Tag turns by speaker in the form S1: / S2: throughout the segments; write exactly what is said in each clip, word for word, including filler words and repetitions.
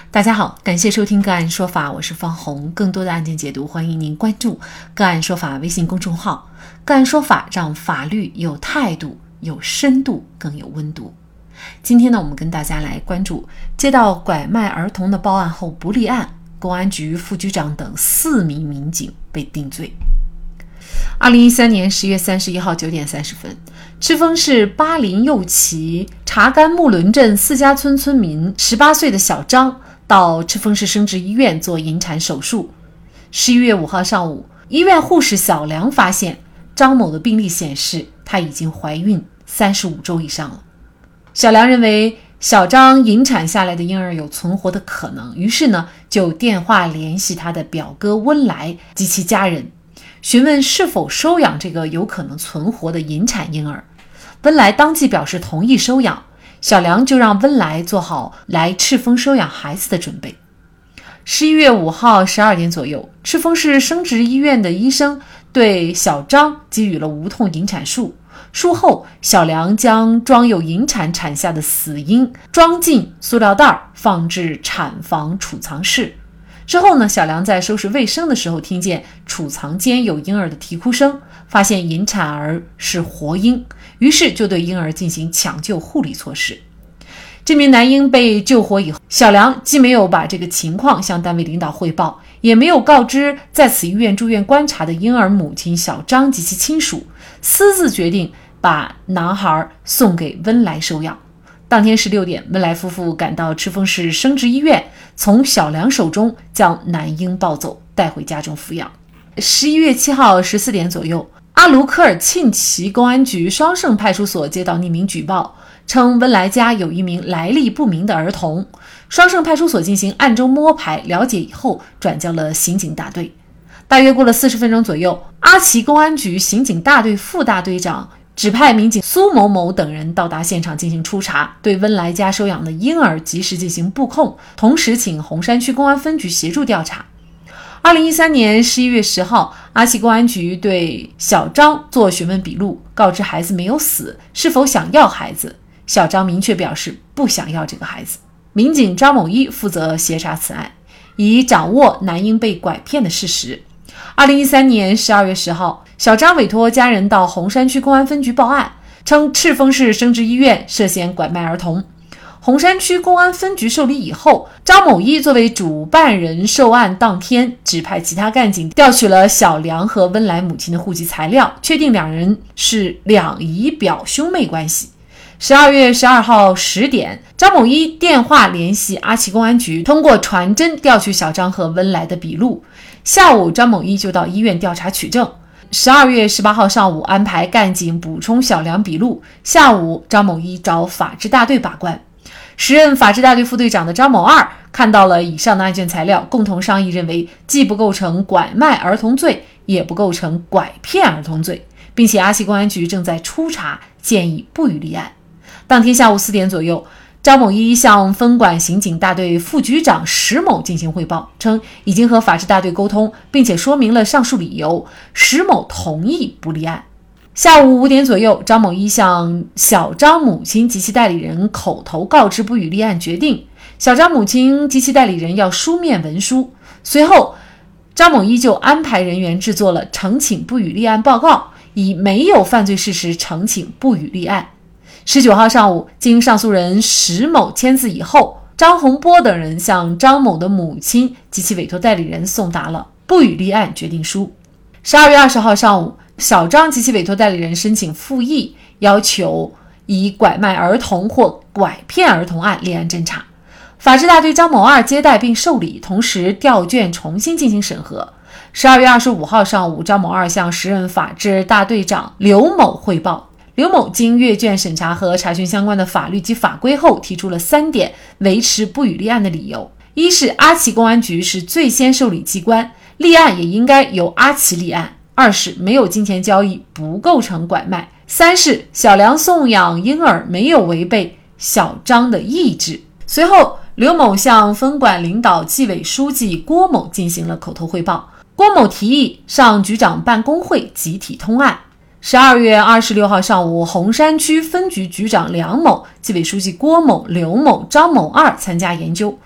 S1: 大家好，感谢收听个案说法，我是方红。更多的案件解读，欢迎您关注个案说法微信公众号。个案说法让法律有态度、有深度、更有温度。今天呢，我们跟大家来关注接到拐卖儿童的报案后不立案，公安局副局长等四名民警被定罪。二零一三年十月三十一号九点三十分，赤峰市巴林右旗查干木伦镇四家村村民十八岁的小张到赤峰市生殖医院做引产手术。十一月五号上午，医院护士小梁发现张某的病历显示她已经怀孕三十五周以上了。小梁认为小张引产下来的婴儿有存活的可能，于是呢就电话联系他的表哥温来及其家人，询问是否收养这个有可能存活的引产婴儿。温来当即表示同意收养，小梁就让温来做好来赤峰收养孩子的准备。十一月五号十二点左右，赤峰市生殖医院的医生对小张给予了无痛引产术。术后，小梁将装有引产产下的死婴装进塑料袋，放置产房储藏室。之后呢，小梁在收拾卫生的时候听见储藏间有婴儿的啼哭声，发现引产儿是活婴，于是就对婴儿进行抢救护理措施。这名男婴被救活以后，小梁既没有把这个情况向单位领导汇报，也没有告知在此医院住院观察的婴儿母亲小张及其亲属，私自决定把男孩送给温来收养。当天十六点，温来夫妇赶到赤峰市生殖医院，从小梁手中将男婴抱走，带回家中抚养。十一月七号十四点左右，阿卢科尔沁旗公安局双盛派出所接到匿名举报，称温来家有一名来历不明的儿童。双盛派出所进行暗中摸排了解以后，转交了刑警大队。大约过了四十分钟左右，阿旗公安局刑警大队副大队长指派民警苏某某等人到达现场进行初查，对温来家收养的婴儿及时进行布控，同时请洪山区公安分局协助调查。二零一三年十一月十号，阿旗公安局对小张做询问笔录，告知孩子没有死，是否想要孩子。小张明确表示不想要这个孩子。民警张某一负责协查此案，以掌握男婴被拐骗的事实。二零一三年十二月十号，小张委托家人到洪山区公安分局报案，称赤峰市生殖医院涉嫌拐卖儿童。洪山区公安分局受理以后，张某一作为主办人，受案当天指派其他干警调取了小梁和温来母亲的户籍材料，确定两人是两姨表兄妹关系。十二月十二号十点，张某一电话联系阿旗公安局，通过传真调取小张和温来的笔录。下午，张某一就到医院调查取证。十二月十八号上午，安排干警补充小梁笔录。下午，张某一找法制大队把关。时任法制大队副队长的张某二看到了以上的案卷材料，共同商议认为既不构成拐卖儿童罪，也不构成拐骗儿童罪，并且阿旗公安局正在初查，建议不予立案。当天下午四点左右，张某一向分管刑警大队副局长石某进行汇报，称已经和法制大队沟通，并且说明了上述理由，石某同意不立案。下午五点左右，张某一向小张母亲及其代理人口头告知不予立案决定，小张母亲及其代理人要书面文书。随后，张某一就安排人员制作了呈请不予立案报告，以没有犯罪事实呈请不予立案。十九号上午，经上诉人石某签字以后，张洪波等人向张某的母亲及其委托代理人送达了不予立案决定书。十二月二十号上午，小张及其委托代理人申请复议，要求以拐卖儿童或拐骗儿童案立案侦查。法制大队张某二接待并受理，同时调卷重新进行审核。十二月二十五号上午，张某二向时任法制大队长刘某汇报。刘某经阅卷审查和查询相关的法律及法规后，提出了三点维持不予立案的理由：一是阿旗公安局是最先受理机关，立案也应该由阿旗立案；二是没有金钱交易，不构成拐卖；三是小梁送养婴儿没有违背小张的意志。随后，刘某向分管领导纪委书记郭某进行了口头汇报，郭某提议上局长办公会集体通案。十二月二十六号上午，洪山区分局局长梁某、纪委书记郭某、刘某、张某二参加研究。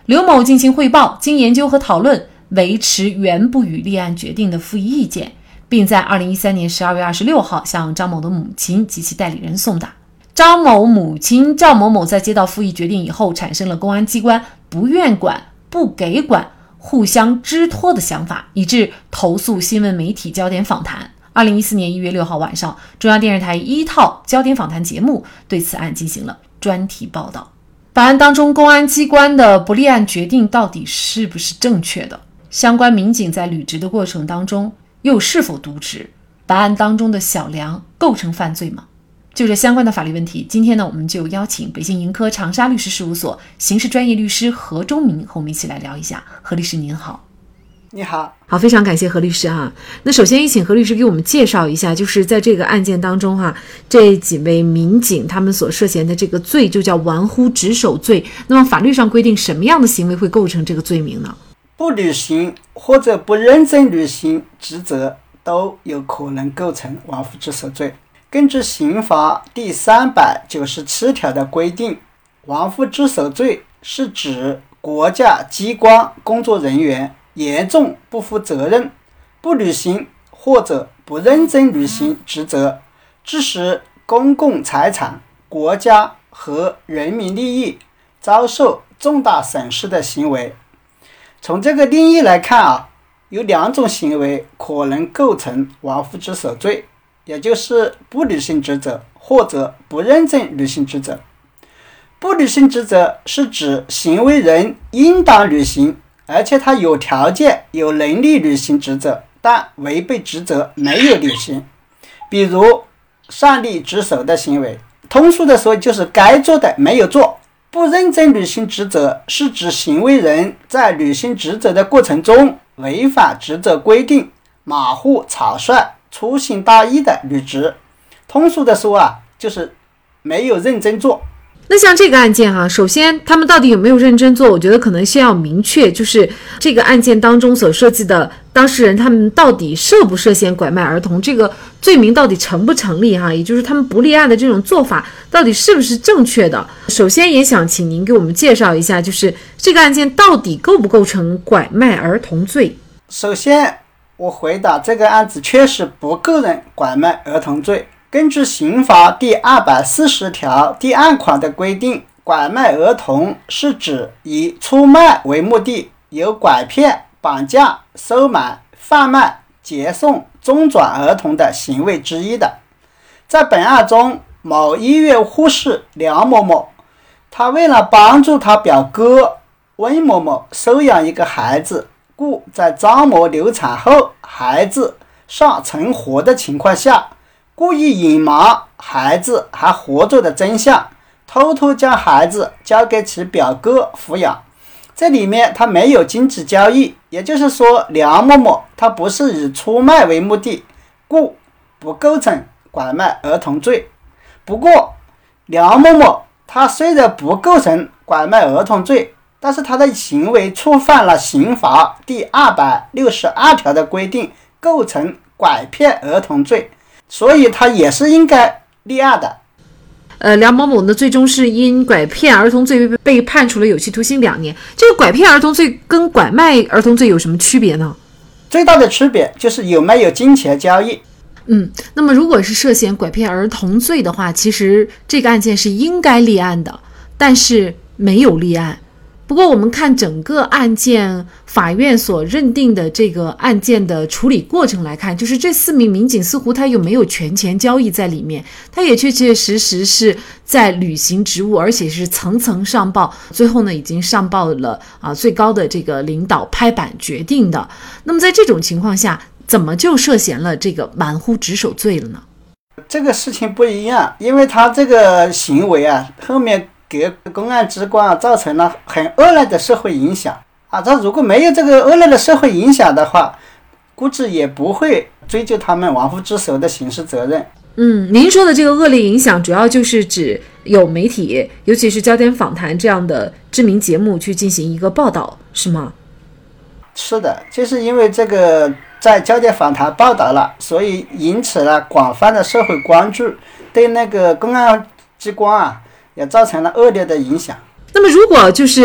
S1: 刘某进行汇报，经研究和讨论，维持原不予立案决定的复议意见，并在二零一三年十二月二十六号向张某的母亲及其代理人送达。张某母亲赵某某在接到复议决定以后，产生了公安机关不愿管、不给管、互相支托的想法，以致投诉新闻媒体焦点访谈。二零一四年一月六号晚上，中央电视台一套焦点访谈节目对此案进行了专题报道。本案当中，公安机关的不立案决定到底是不是正确的？相关民警在履职的过程当中又是否渎职？本案当中的小梁构成犯罪吗？就这相关的法律问题，今天呢，我们就邀请北京盈科长沙律师事务所刑事专业律师何忠明和我们一起来聊一下。何律师您好。
S2: 你好。
S1: 好，非常感谢何律师哈。那首先也请何律师给我们介绍一下，就是在这个案件当中哈，这几位民警他们所涉嫌的这个罪就叫玩忽职守罪。那么法律上规定什么样的行为会构成这个罪名呢？
S2: 不履行或者不认真履行职责都有可能构成玩忽职守罪。根据刑法第三百九十七条的规定，玩忽职守罪是指国家机关工作人员严重不负责任、不履行或者不认真履行职责，致使公共财产、国家和人民利益遭受重大损失的行为。从这个定义来看啊，有两种行为可能构成玩忽职守罪，也就是不履行职责或者不认真履行职责。不履行职责是指行为人应当履行，而且他有条件有能力履行职责，但违背职责没有履行。比如擅离职守的行为，通俗的说就是该做的没有做。不认真履行职责是指行为人在履行职责的过程中违反职责规定，马虎草率、粗心大意的履职。通俗的说啊，就是没有认真做。
S1: 那像这个案件哈、啊，首先他们到底有没有认真做，我觉得可能先要明确，就是这个案件当中所涉及的当事人他们到底涉不涉嫌拐卖儿童，这个罪名到底成不成立哈，也就是他们不立案的这种做法到底是不是正确的。首先也想请您给我们介绍一下，就是这个案件到底构不构成拐卖儿童罪。
S2: 首先我回答，这个案子确实不构成拐卖儿童罪。根据刑法第二百四十条第二款的规定，拐卖儿童是指以出卖为目的，有拐骗、绑架、收买、贩卖、劫送、中转儿童的行为之一的。在本案中，某医院护士梁某某，他为了帮助他表哥温某某收养一个孩子，故在张某流产后孩子尚存活的情况下，故意隐瞒孩子还活着的真相，偷偷将孩子交给其表哥抚养。这里面他没有经济交易，也就是说梁某某他不是以出卖为目的，故不构成拐卖儿童罪。不过梁某某他虽然不构成拐卖儿童罪，但是他的行为触犯了刑法第二百六十二条的规定，构成拐骗儿童罪，所以他也是应该立案的。
S1: 呃，梁某某呢，最终是因拐骗儿童罪被判处了有期徒刑两年。这个拐骗儿童罪跟拐卖儿童罪有什么区别呢？
S2: 最大的区别就是有没有金钱交易。
S1: 嗯，那么如果是涉嫌拐骗儿童罪的话，其实这个案件是应该立案的，但是没有立案。不过我们看整个案件法院所认定的这个案件的处理过程来看，就是这四名民警似乎他又没有权钱交易在里面，他也确确实实是在履行职务，而且是层层上报，最后呢已经上报了啊最高的这个领导拍板决定的。那么在这种情况下，怎么就涉嫌了这个玩忽职守罪了呢？
S2: 这个事情不一样，因为他这个行为啊，后面给公安机关、啊、造成了很恶劣的社会影响啊！他如果没有这个恶劣的社会影响的话，估计也不会追究他们玩忽职守的刑事责任。
S1: 嗯，您说的这个恶劣影响，主要就是指有媒体，尤其是焦点访谈这样的知名节目去进行一个报道，是吗？
S2: 是的，就是因为这个在焦点访谈报道了，所以引起了广泛的社会关注，对那个公安机关啊也造成了恶劣的影响。
S1: 那么如果就是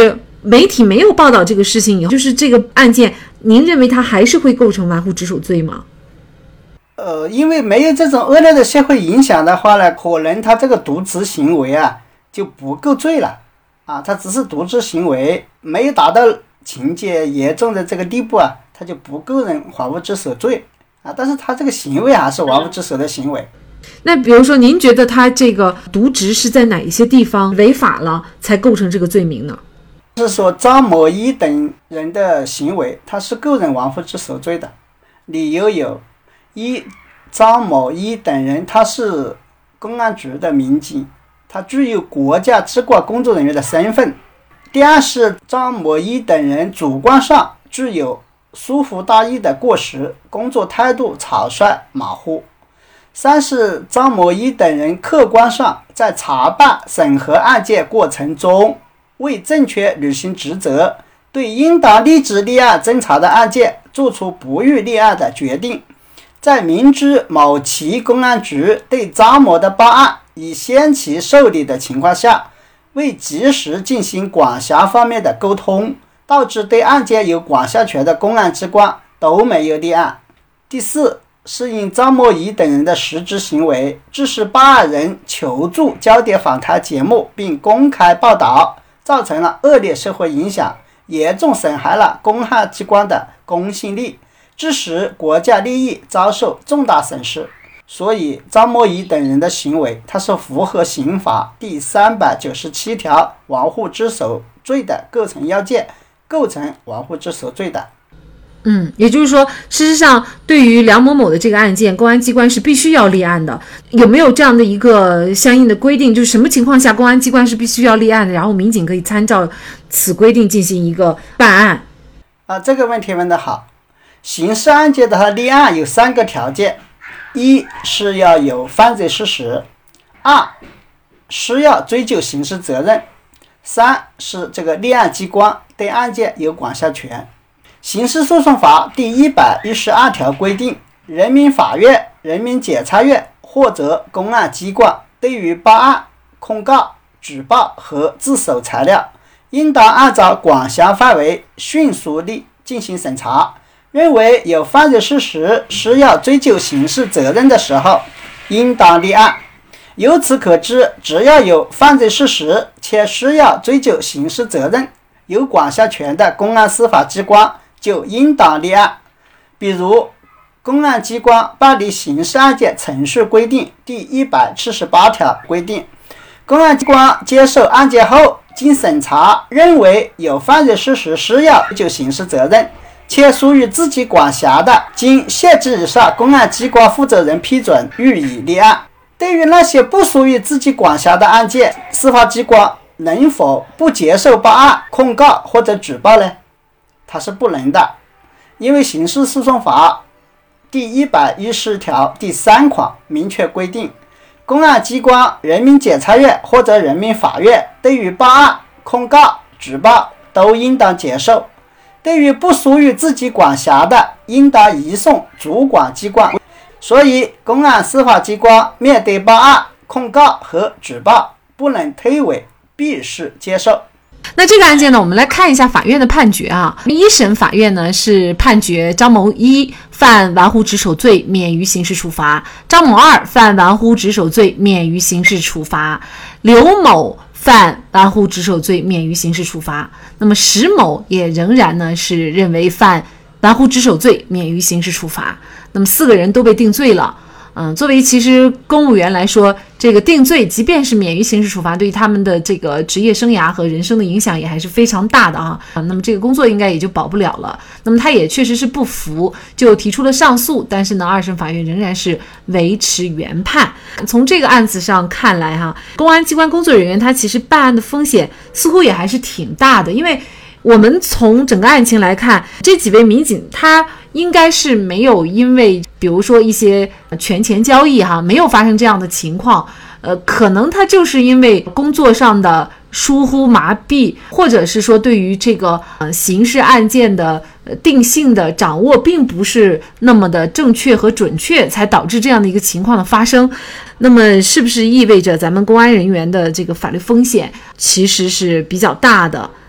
S1: 媒体没有报道这个事情以后，就是这个案件，您认为它还是会构成玩忽职守罪吗？
S2: 呃，因为没有这种恶劣的社会影响的话呢，可能他这个渎职行为啊就不够罪了啊，他只是渎职行为，没有达到情节严重的这个地步啊，他就不构成玩忽职守罪啊。但是他这个行为还是玩忽职守的行为。
S1: 那比如说，您觉得他这个渎职是在哪一些地方违法了才构成这个罪名呢？
S2: 是说张某一等人的行为，他是构成玩忽职守罪的。理由有：一，张某一等人他是公安局的民警，他具有国家机关工作人员的身份。第二是张某一等人主观上具有疏忽大意的过失，工作态度草率马虎。三是张某一等人客观上在查办审核案件过程中未正确履行职责，对应当立即立案侦查的案件作出不予立案的决定，在明知某旗公安局对张某的报案已先期受理的情况下，未及时进行管辖方面的沟通，导致对案件有管辖权的公安机关都没有立案。第四是因张某一等人的实质行为，致使报案人求助焦点访谈节目并公开报道，造成了恶劣社会影响，严重损害了公安机关的公信力，致使国家利益遭受重大损失。所以张某一等人的行为，它是符合刑法第三百九十七条玩忽职守罪的构成要件，构成玩忽职守罪的。
S1: 嗯，也就是说，事实上，对于梁某某的这个案件，公安机关是必须要立案的。有没有这样的一个相应的规定？就是什么情况下公安机关是必须要立案的，然后民警可以参照此规定进行一个办案？
S2: 啊，这个问题问得好。刑事案件的立案有三个条件：一是要有犯罪事实；二是要追究刑事责任；三是这个立案机关对案件有管辖权。刑事诉讼法第一百一十二条规定，人民法院、人民检察院或者公安机关对于报案、控告、举报和自首材料，应当按照管辖范围迅速地进行审查。认为有犯罪事实是要追究刑事责任的时候，应当立案。由此可知，只要有犯罪事实且需要追究刑事责任，有管辖权的公安司法机关就应当立案。比如《公安机关办理刑事案件程序规定》第一百七十八条规定，公安机关接受案件后，经审查认为有犯罪事实需要追究刑事责任，且属于自己管辖的，经县级以上公安机关负责人批准，予以立案。对于那些不属于自己管辖的案件，司法机关能否不接受报案、控告或者举报呢？它是不能的，因为刑事诉讼法第一百一十条第三款明确规定，公安机关、人民检察院或者人民法院对于报案、控告、举报都应当接受，对于不属于自己管辖的，应当移送主管机关。所以公安司法机关面对报案、控告和举报，不能推诿，必须接受。
S1: 那这个案件呢，我们来看一下法院的判决啊。一审法院呢是判决张某一犯玩忽职守罪，免于刑事处罚；张某二犯玩忽职守罪，免于刑事处罚；刘某犯玩忽职守罪，免于刑事处罚。那么石某也仍然呢是认为犯玩忽职守罪，免于刑事处罚。那么四个人都被定罪了。嗯，作为其实公务员来说，这个定罪即便是免于刑事处罚，对于他们的这个职业生涯和人生的影响也还是非常大的啊。那么这个工作应该也就保不了了。那么他也确实是不服，就提出了上诉，但是呢，二审法院仍然是维持原判。从这个案子上看来哈，公安机关工作人员他其实办案的风险似乎也还是挺大的，因为我们从整个案情来看，这几位民警他应该是没有因为比如说一些权钱交易哈，没有发生这样的情况，呃，可能他就是因为工作上的疏忽麻痹，或者是说对于这个呃刑事案件的呃定性的掌握并不是那么的正确和准确，才导致这样的一个情况的发生。那么是不是意味着咱们公安人员的这个法律风险其实是比较大的？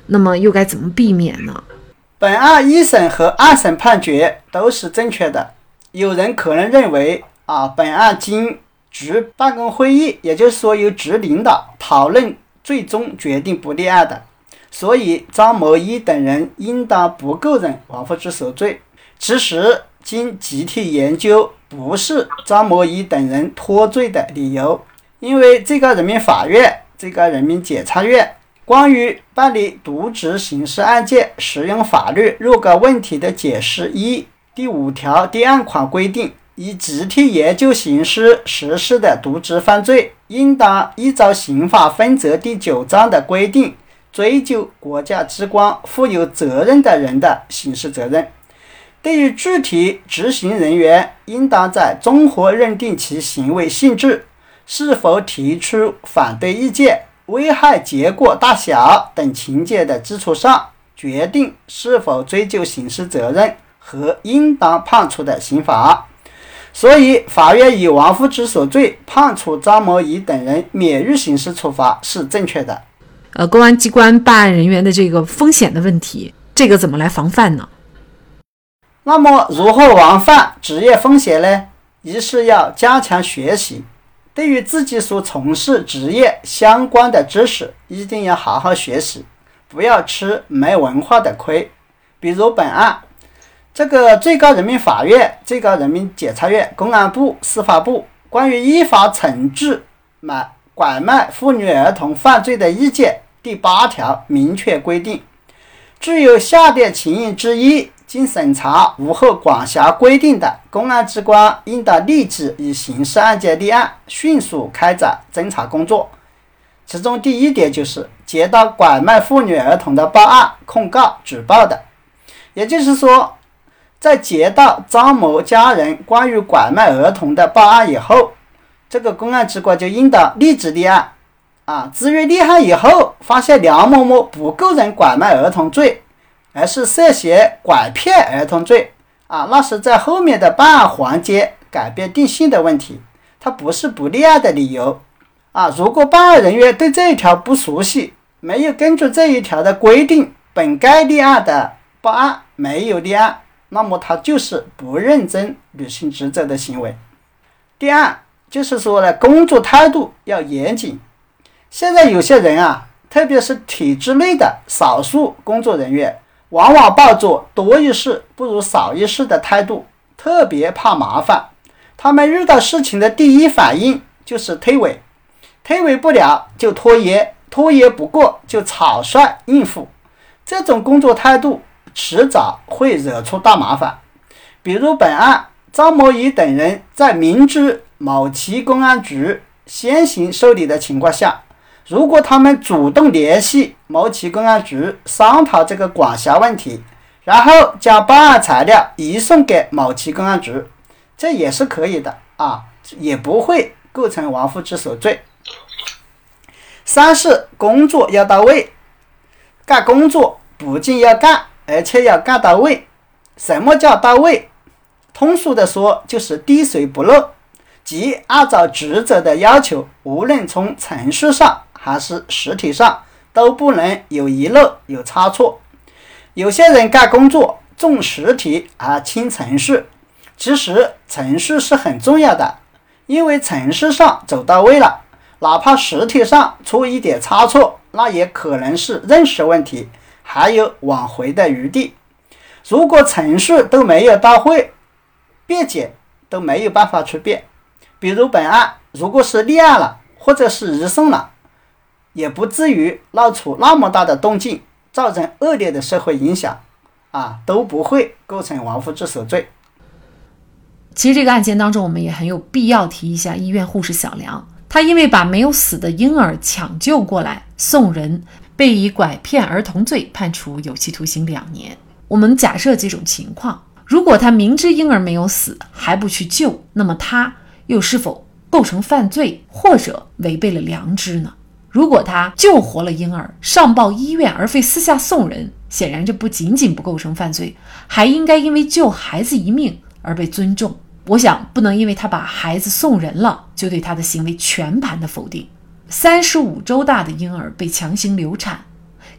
S1: 那么又该怎么避免呢？
S2: 本案一审和二审判决都是正确的。有人可能认为啊，本案经执办公会议，也就是说由执领导讨论，最终决定不立案的，所以张某一等人应当不构成亡夫之所罪。其实经集体研究，不是张某一等人脱罪的理由，因为最高人民法院、最高人民检察院关于办理渎职刑事案件适用法律若干问题的解释一第五条第二款规定，以集体研究形式实施的渎职犯罪，应当依照刑法分则第九章的规定，追究国家机关负有责任的人的刑事责任。对于具体执行人员，应当在综合认定其行为性质、是否提出反对意见、危害结果大小等情节的基础上，决定是否追究刑事责任和应当判处的刑罚。所以法院以亡夫之所罪判处张某一等人免于刑事处罚是正确的。
S1: 呃，公安机关办案人员的这个风险的问题，这个怎么来防范呢？
S2: 那么如何防范职业风险呢？一是要加强学习，对于自己所从事职业相关的知识一定要好好学习，不要吃没文化的亏。比如本案，这个最高人民法院、最高人民检察院、公安部、司法部关于依法惩治拐卖妇女儿童犯罪的意见第八条明确规定，具有下列情形之一，经审查无后管辖规定的，公安机关应当立即以刑事案件立案，迅速开展侦查工作。其中第一点就是接到拐卖妇女儿童的报案、控告、举报的，也就是说，在接到张某家人关于拐卖儿童的报案以后，这个公安机关就应当立即立案啊。至于立案以后发现梁某某不构成拐卖儿童罪，而是涉嫌拐骗儿童罪啊，那是在后面的办案环节改变定性的问题，它不是不立案的理由啊。如果办案人员对这一条不熟悉，没有根据这一条的规定本该立案的报案没有立案，那么他就是不认真履行职责的行为。第二就是说呢，工作态度要严谨。现在有些人啊，特别是体制内的少数工作人员，往往抱着多一事不如少一事的态度，特别怕麻烦。他们遇到事情的第一反应就是推诿，推诿不了就拖延，拖延不过就草率应付。这种工作态度迟早会惹出大麻烦。比如本案，张某一等人在明知某旗公安局先行受理的情况下，如果他们主动联系某旗公安局商讨这个管辖问题，然后将办案材料移送给某旗公安局，这也是可以的啊，也不会构成亡夫之所罪。三是工作要到位，干工作不仅要干，而且要干到位。什么叫到位？通俗的说，就是滴水不漏，即按照职责的要求，无论从程序上还是实体上都不能有遗漏有差错。有些人干工作重实体而轻程序，其实程序是很重要的，因为程序上走到位了，哪怕实体上出一点差错，那也可能是认识问题，还有挽回的余地。如果程序都没有到位，辩解都没有办法去辩。比如本案如果是立案了或者是移送了，也不至于闹出那么大的动静，造成恶劣的社会影响啊，都不会构成亡夫之所罪。
S1: 其实这个案件当中，我们也很有必要提一下医院护士小梁，她因为把没有死的婴儿抢救过来送人，被以拐骗儿童罪判处有期徒刑两年。我们假设这种情况，如果他明知婴儿没有死还不去救，那么他又是否构成犯罪或者违背了良知呢？如果他救活了婴儿，上报医院而非私下送人，显然这不仅仅不构成犯罪，还应该因为救孩子一命而被尊重。我想不能因为他把孩子送人了，就对他的行为全盘的否定。三十五周大的婴儿被强行流产，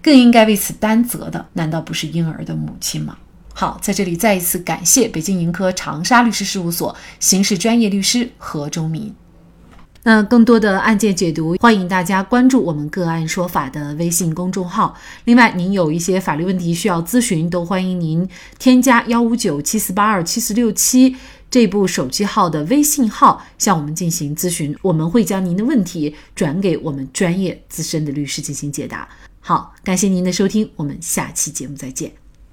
S1: 更应该为此担责的难道不是婴儿的母亲吗？好，在这里再一次感谢北京盈科长沙律师事务所刑事专业律师何忠民。那更多的案件解读，欢迎大家关注我们个案说法的微信公众号。另外，您有一些法律问题需要咨询，都欢迎您添加一五九七四八二七四六七这部手机号的微信号向我们进行咨询，我们会将您的问题转给我们专业资深的律师进行解答。好，感谢您的收听，我们下期节目再见。